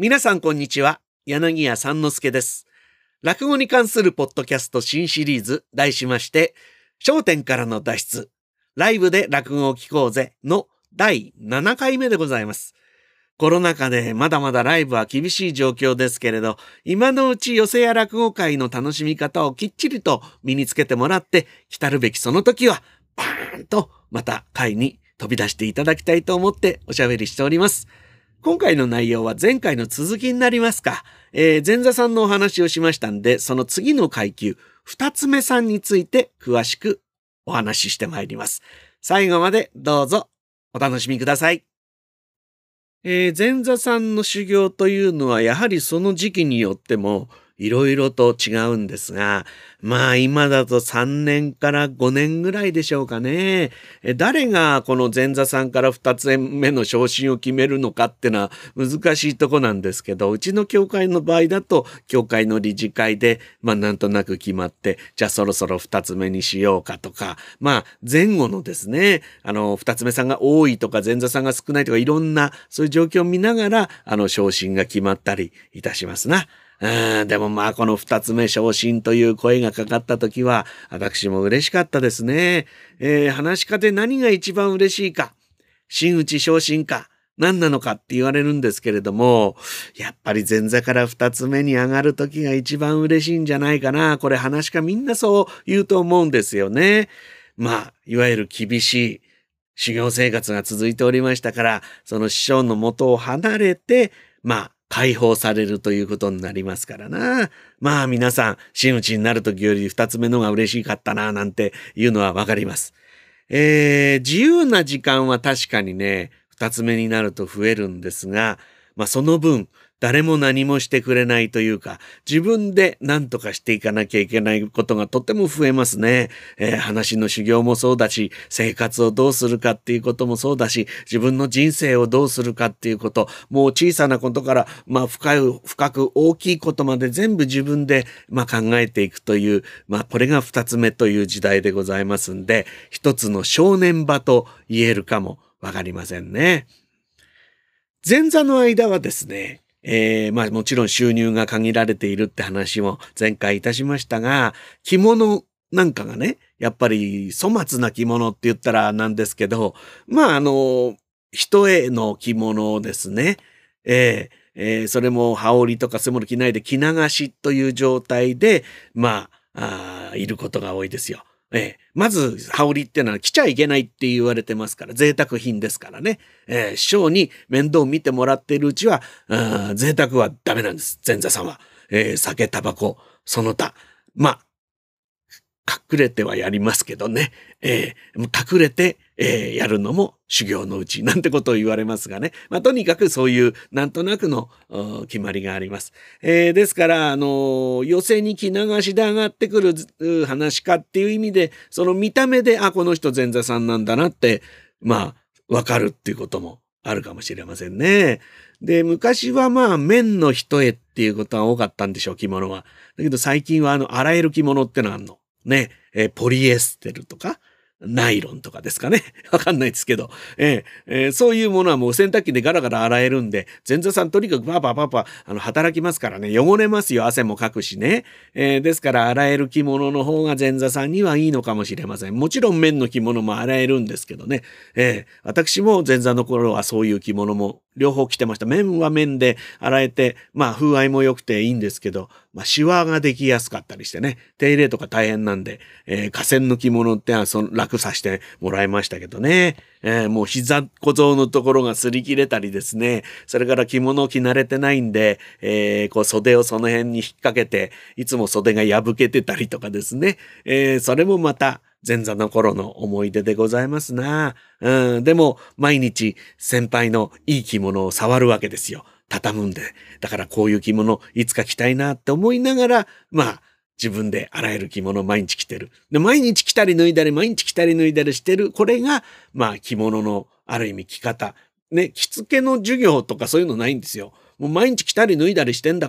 皆さんこんにちは。柳家三之助です。落語に関するポッドキャスト新シリーズ題しまして、笑点からの脱出、ライブで落語を聞こうぜの第7回目でございます。コロナ禍でまだまだライブは厳しい状況ですけれど、今のうち寄席や落語会の楽しみ方をきっちりと身につけてもらって、来るべきその時はバーンとまた会に飛び出していただきたいと思っておしゃべりしております。今回の内容は前回の続きになりますか。前座さんのお話をしましたんで、その次の階級、二つ目さんについて詳しくお話ししてまいります。最後までどうぞお楽しみください。前座さんの修行というのはやはりその時期によってもいろいろと違うんですが、今だと3年から5年ぐらいでしょうかね。誰がこの前座さんから2つ目の昇進を決めるのかってのは難しいとこなんですけど、うちの教会の場合だと教会の理事会でなんとなく決まって、じゃあそろそろ2つ目にしようかとか、前後のですね、2つ目さんが多いとか前座さんが少ないとかいろんなそういう状況を見ながら昇進が決まったりいたしますな。でもこの二つ目昇進という声がかかったときは、私も嬉しかったですね。話し家で何が一番嬉しいか、真打ち昇進か、何なのかって言われるんですけれども、やっぱり前座から二つ目に上がるときが一番嬉しいんじゃないかな。これ話し家みんなそう言うと思うんですよね。いわゆる厳しい修行生活が続いておりましたから、その師匠の元を離れて、解放されるということになりますからな。皆さん、真打ちになるときより二つ目のが嬉しかったな、なんていうのはわかります。自由な時間は確かにね、二つ目になると増えるんですが、その分、誰も何もしてくれないというか、自分で何とかしていかなきゃいけないことがとても増えますね。話の修行もそうだし、生活をどうするかっていうこともそうだし、自分の人生をどうするかっていうこと、もう小さなことから、深く大きいことまで全部自分で、考えていくという、これが二つ目という時代でございますんで、一つの正念場と言えるかもわかりませんね。前座の間はですね、もちろん収入が限られているって話も前回いたしましたが、着物なんかがね、やっぱり粗末な着物って言ったらなんですけど、一重の着物をですね、それも羽織とかそういうもの着ないで着流しという状態で、いることが多いですよ。まず、羽織ってのは着ちゃいけないって言われてますから、贅沢品ですからね。師匠に面倒を見てもらっているうちは、贅沢はダメなんです。前座さんは。酒、タバコ、その他。隠れてはやりますけどね。隠れて、やるのも修行のうちなんてことを言われますがね。とにかくそういうなんとなくの決まりがあります。ですから、寄席に着流しで上がってくる話家っていう意味で、その見た目で、この人前座さんなんだなって、わかるっていうこともあるかもしれませんね。で、昔は綿の一重っていうことが多かったんでしょう、着物は。だけど最近は洗える着物ってのがあるの。ね、ポリエステルとか、ナイロンとかですかね。わかんないですけど、そういうものはもう洗濯機でガラガラ洗えるんで、前座さんとにかくパパ働きますからね、汚れますよ、汗もかくしね。ですから洗える着物の方が前座さんにはいいのかもしれません。もちろん綿の着物も洗えるんですけどね。私も前座の頃はそういう着物も両方着てました。綿は綿で洗えて、風合いも良くていいんですけど、シワができやすかったりしてね、手入れとか大変なんで、河川の着物って楽させてもらいましたけどね。もう膝小僧のところが擦り切れたりですね。それから着物着慣れてないんで、袖をその辺に引っ掛けて、いつも袖が破けてたりとかですね。それもまた前座の頃の思い出でございますな。でも毎日先輩のいい着物を触るわけですよ。畳むんで。だからこういう着物いつか着たいなって思いながら、自分で洗える着物を毎日着てる。で、毎日着たり脱いだり、毎日着たり脱いだりしてる。これが、着物のある意味着方。ね、着付けの授業とかそういうのないんですよ。もう毎日着たり脱いだりしてんだから、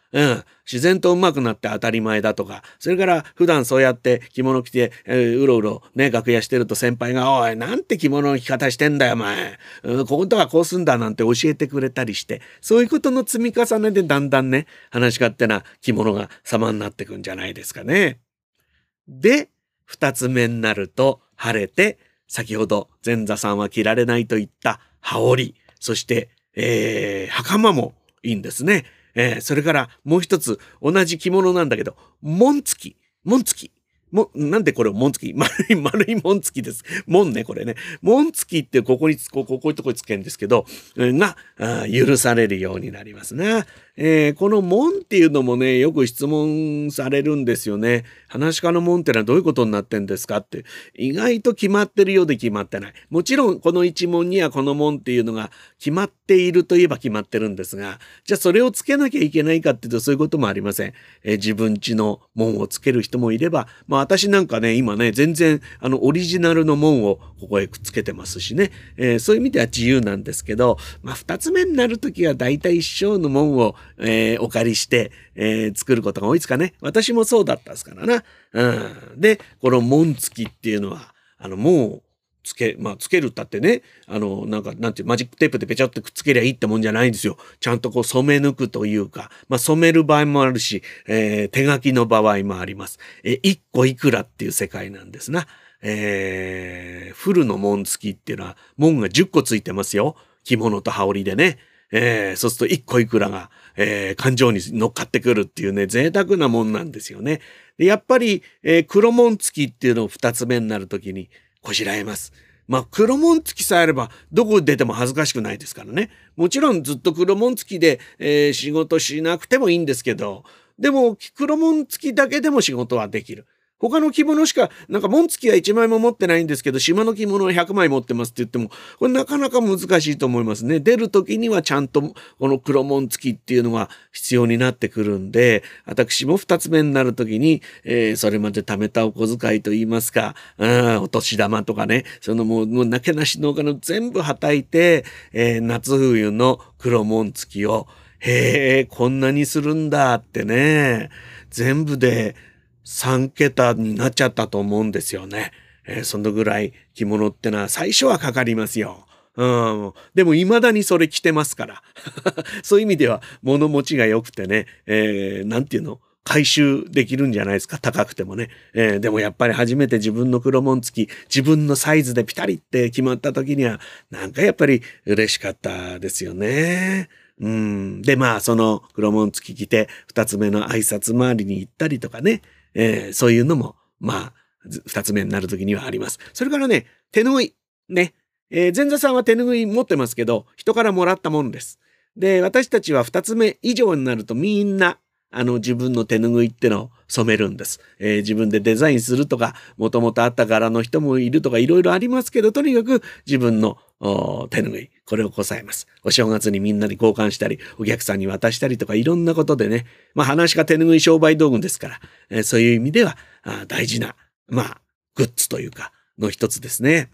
自然と上手くなって当たり前だとか、それから普段そうやって着物着て、うろうろね、楽屋してると先輩が、おい、なんて着物の着方してんだよ、お前。こことはこうすんだなんて教えてくれたりして、そういうことの積み重ねでだんだんね、話し家ってな着物が様になってくんじゃないですかね。で、二つ目になると、晴れて、先ほど前座さんは着られないといった羽織、そして、袴もいいんですね。それからもう一つ同じ着物なんだけど、紋付き。なんでこれ紋付き丸い紋付きです。紋ね、これね。紋付きってこういうとこにつけるんですけど、許されるようになりますな。この紋っていうのもね、よく質問されるんですよね。話し家の紋ってのはどういうことになってんですかって。意外と決まってるようで決まってない。もちろんこの一問にはこの紋っていうのが決まっているといえば決まってるんですが、じゃあそれをつけなきゃいけないかっていうとそういうこともありません。自分家の紋をつける人もいれば、私なんかね、今ね、全然オリジナルの紋をここへくっつけてますしね、そういう意味では自由なんですけど、二つ目になるときは大体一生の紋を、お借りして、作ることが多いですかね。私もそうだったですからな。で、この紋付きっていうのは、紋をつけるったってね、なんていう、マジックテープでペチャってくっつけりゃいいってもんじゃないんですよ。ちゃんとこう染め抜くというか、染める場合もあるし、手書きの場合もあります。一個いくらっていう世界なんですな。フルの紋付きっていうのは、紋が10個ついてますよ。着物と羽織でね。そうすると一個いくらが、感情に乗っかってくるっていうね、贅沢なもんなんですよね。でやっぱり、黒紋付きっていうのを二つ目になるときにこしらえます。黒紋付きさえあればどこ出ても恥ずかしくないですからね。もちろんずっと黒紋付きで、仕事しなくてもいいんですけど、でも黒紋付きだけでも仕事はできる。他の着物しか、紋付きは1枚も持ってないんですけど、島の着物は100枚持ってますって言っても、これなかなか難しいと思いますね。出る時にはちゃんとこの黒紋付きっていうのが必要になってくるんで、私も2つ目になる時に、それまで貯めたお小遣いといいますか、お年玉とかね、もうなけなしのお金を全部はたいて、夏冬の黒紋付きを、こんなにするんだってね、全部で、3桁になっちゃったと思うんですよね。そのぐらい着物ってのは最初はかかりますよ。でも未だにそれ着てますから。そういう意味では物持ちが良くてね、なんていうの回収できるんじゃないですか、高くてもね。でもやっぱり初めて自分の黒紋付き、自分のサイズでピタリって決まった時には、なんかやっぱり嬉しかったですよね。で、その黒紋付き着て、二つ目の挨拶回りに行ったりとかね。そういうのも、二つ目になるときにはあります。それからね、手拭い。ね。前座さんは手拭い持ってますけど、人からもらったもんです。で、私たちは二つ目以上になるとみんな、自分の手拭いってのを染めるんです。自分でデザインするとか、もともとあった柄の人もいるとか、いろいろありますけど、とにかく自分の手拭い、これをこさえます。お正月にみんなに交換したり、お客さんに渡したりとか、いろんなことでね、話が手拭い商売道具ですから、そういう意味では大事な、グッズというか、の一つですね。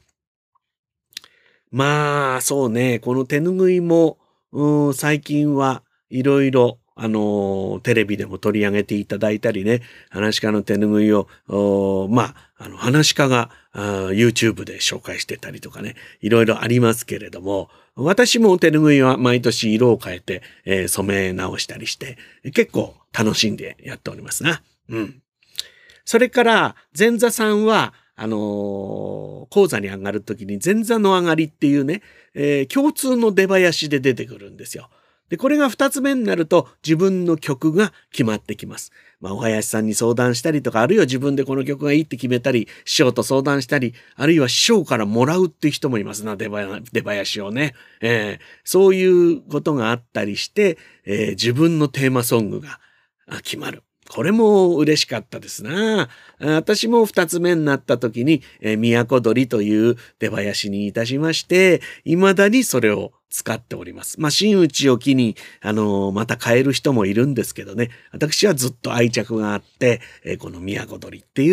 そうね、この手拭いも、最近はいろいろ、テレビでも取り上げていただいたりね、話し家の手拭いを、話し家がYouTube で紹介してたりとかね、いろいろありますけれども、私も手拭いは毎年色を変えて、染め直したりして、結構楽しんでやっておりますな。それから、前座さんは、講座に上がるときに前座の上がりっていうね、共通の出囃子で出てくるんですよ。で、これが二つ目になると自分の曲が決まってきます。お囃子さんに相談したりとか、あるいは自分でこの曲がいいって決めたり、師匠と相談したり、あるいは師匠からもらうっていう人もいますな、出囃子をね。そういうことがあったりして、自分のテーマソングが決まる。これも嬉しかったですな。私も二つ目になった時に、都鳥という出囃子にいたしまして、未だにそれを使っております。真打ちを機に、また変える人もいるんですけどね。私はずっと愛着があって、この都鳥っていう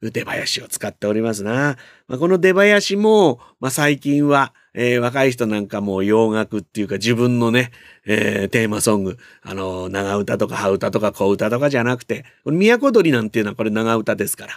出囃子を使っておりますな。この出囃子も、最近は、若い人なんかも洋楽っていうか自分のね、テーマソング、長唄とか羽唄とか小唄とかじゃなくて、これ都踊りなんていうのはこれ長唄ですから、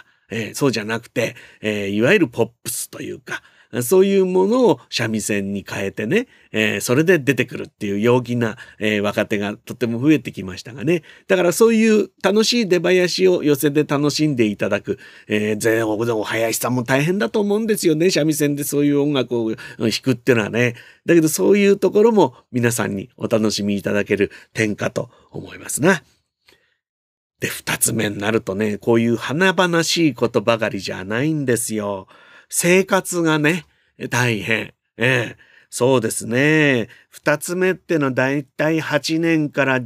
そうじゃなくて、いわゆるポップスというか、そういうものを三味線に変えてね、それで出てくるっていう陽気な、若手がとても増えてきましたがね。だからそういう楽しい出囃子を寄せで楽しんでいただく、お囃子さんも大変だと思うんですよね。三味線でそういう音楽を弾くっていうのはね。だけどそういうところも皆さんにお楽しみいただける点かと思いますな。で、二つ目になるとね、こういう華々しいことばかりじゃないんですよ。生活がね、大変。そうですね。二つ目ってのはだいたい8年から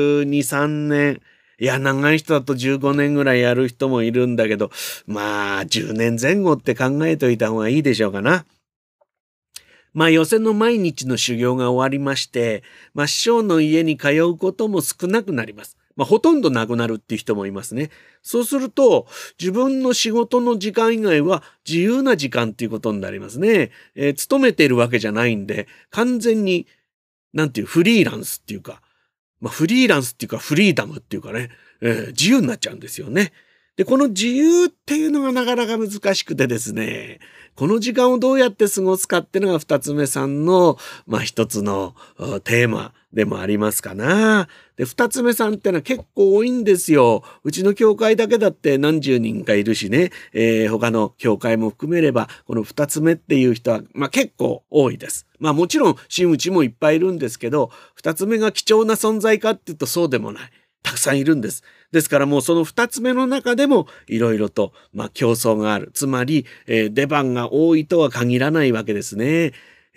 12、3年。いや、長い人だと15年ぐらいやる人もいるんだけど、10年前後って考えといた方がいいでしょうかな。寄席の毎日の修行が終わりまして、師匠の家に通うことも少なくなります。ほとんどなくなるっていう人もいますね。そうすると、自分の仕事の時間以外は自由な時間っていうことになりますね。勤めているわけじゃないんで、完全に、フリーランスっていうか、フリーランスっていうかフリーダムっていうかね、自由になっちゃうんですよね。で、この自由っていうのがなかなか難しくてですね、この時間をどうやって過ごすかっていうのが二つ目さんの、一つのテーマでもありますかな。で、二つ目さんってのは結構多いんですよ。うちの教会だけだって何十人かいるしね、他の教会も含めれば、この二つ目っていう人は、結構多いです。もちろん、真打ちもいっぱいいるんですけど、二つ目が貴重な存在かっていうとそうでもない。たくさんいるんです。ですからもうその二つ目の中でもいろいろと競争がある。つまり、出番が多いとは限らないわけですね。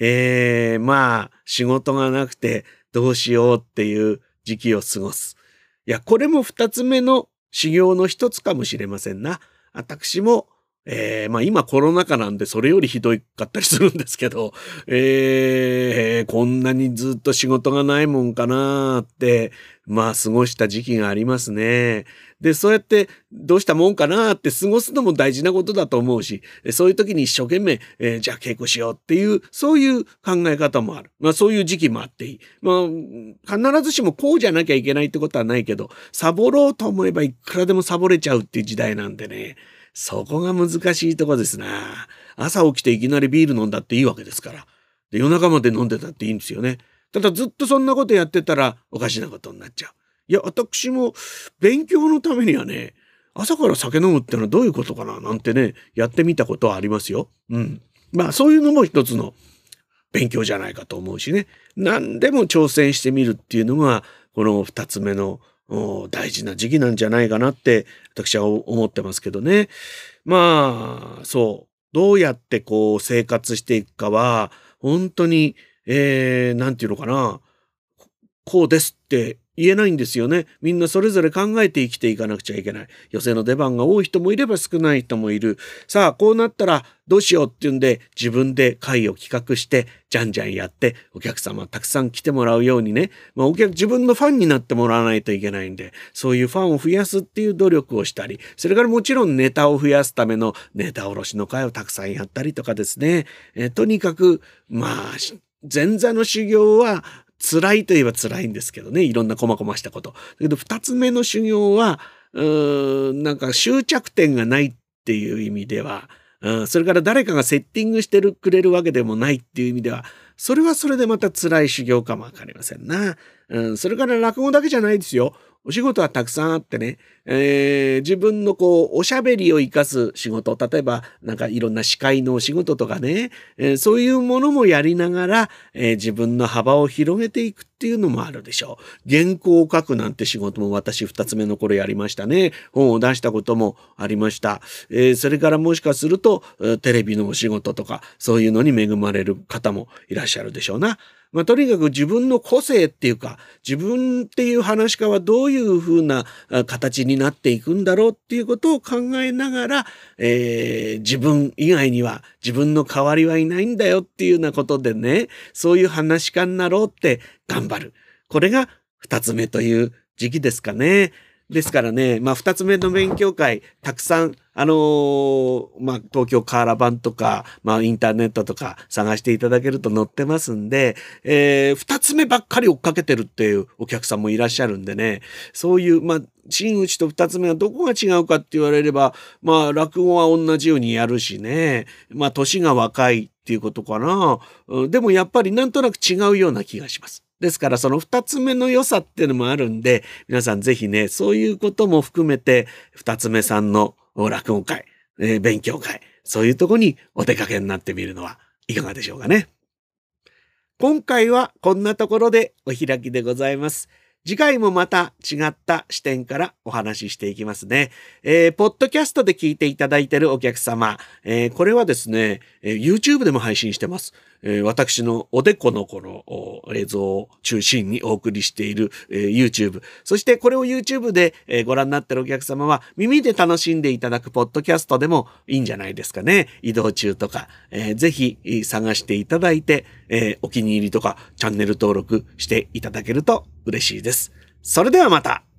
仕事がなくてどうしようっていう時期を過ごす。いや、これも二つ目の修行の一つかもしれませんな。私も今コロナ禍なんでそれよりひどかったりするんですけど、こんなにずっと仕事がないもんかなって、過ごした時期がありますね。で、そうやってどうしたもんかなって過ごすのも大事なことだと思うし、そういう時に一生懸命、じゃあ稽古しようっていう、そういう考え方もある。そういう時期もあっていい。必ずしもこうじゃなきゃいけないってことはないけど、サボろうと思えばいくらでもサボれちゃうっていう時代なんでね。そこが難しいとこですな。朝起きていきなりビール飲んだっていいわけですから。で、夜中まで飲んでたっていいんですよね。ただずっとそんなことやってたらおかしなことになっちゃう。いや、私も勉強のためにはね、朝から酒飲むってのはどういうことかななんてね、やってみたことはありますよ。そういうのも一つの勉強じゃないかと思うしね。何でも挑戦してみるっていうのが、この二つ目の大事な時期なんじゃないかなって私は思ってますけどね。そう。どうやってこう生活していくかは、本当に、なんていうのかな。こうですって言えないんですよね。みんなそれぞれ考えて生きていかなくちゃいけない。寄席の出番が多い人もいれば少ない人もいる。さあ、こうなったらどうしようっていうんで、自分で会を企画して、じゃんじゃんやって、お客様たくさん来てもらうようにね、自分のファンになってもらわないといけないんで、そういうファンを増やすっていう努力をしたり、それからもちろんネタを増やすためのネタおろしの会をたくさんやったりとかですね。とにかく、前座の修行は、辛いといえば辛いんですけどね。いろんな細々したこと。だけど、二つ目の修行は、終着点がないっていう意味では、それから誰かがセッティングしてくれるわけでもないっていう意味では、それはそれでまた辛い修行かもわかりませんな。それから落語だけじゃないですよ。お仕事はたくさんあってね、自分のおしゃべりを生かす仕事、例えばいろんな司会のお仕事とかね、そういうものもやりながら、自分の幅を広げていくっていうのもあるでしょう。原稿を書くなんて仕事も私二つ目の頃やりましたね。本を出したこともありました。それからもしかすると、テレビのお仕事とか、そういうのに恵まれる方もいらっしゃるでしょうな。とにかく自分の個性っていうか、自分っていう話し家はどういうふうな形になっていくんだろうっていうことを考えながら、自分以外には自分の代わりはいないんだよっていうようなことでね、そういう話し家になろうって頑張る。これが二つ目という時期ですかね。 ですからね、二つ目の勉強会、たくさん、東京カーラバンとか、インターネットとか探していただけると載ってますんで、二つ目ばっかり追っかけてるっていうお客さんもいらっしゃるんでね、そういう、真打ちと二つ目はどこが違うかって言われれば、落語は同じようにやるしね、年が若いっていうことかな。でもやっぱりなんとなく違うような気がします。ですからその二つ目の良さっていうのもあるんで、皆さんぜひね、そういうことも含めて、二つ目さんの落語会、勉強会、そういうとこにお出かけになってみるのはいかがでしょうかね。今回はこんなところでお開きでございます。次回もまた違った視点からお話ししていきますね。ポッドキャストで聞いていただいているお客様、これはですね、YouTube でも配信してます。私のおでこのこの映像を中心にお送りしている、YouTube。そしてこれを YouTube で、ご覧になっているお客様は耳で楽しんでいただくポッドキャストでもいいんじゃないですかね。移動中とか、ぜひ探していただいて、お気に入りとかチャンネル登録していただけると嬉しいです。それではまた。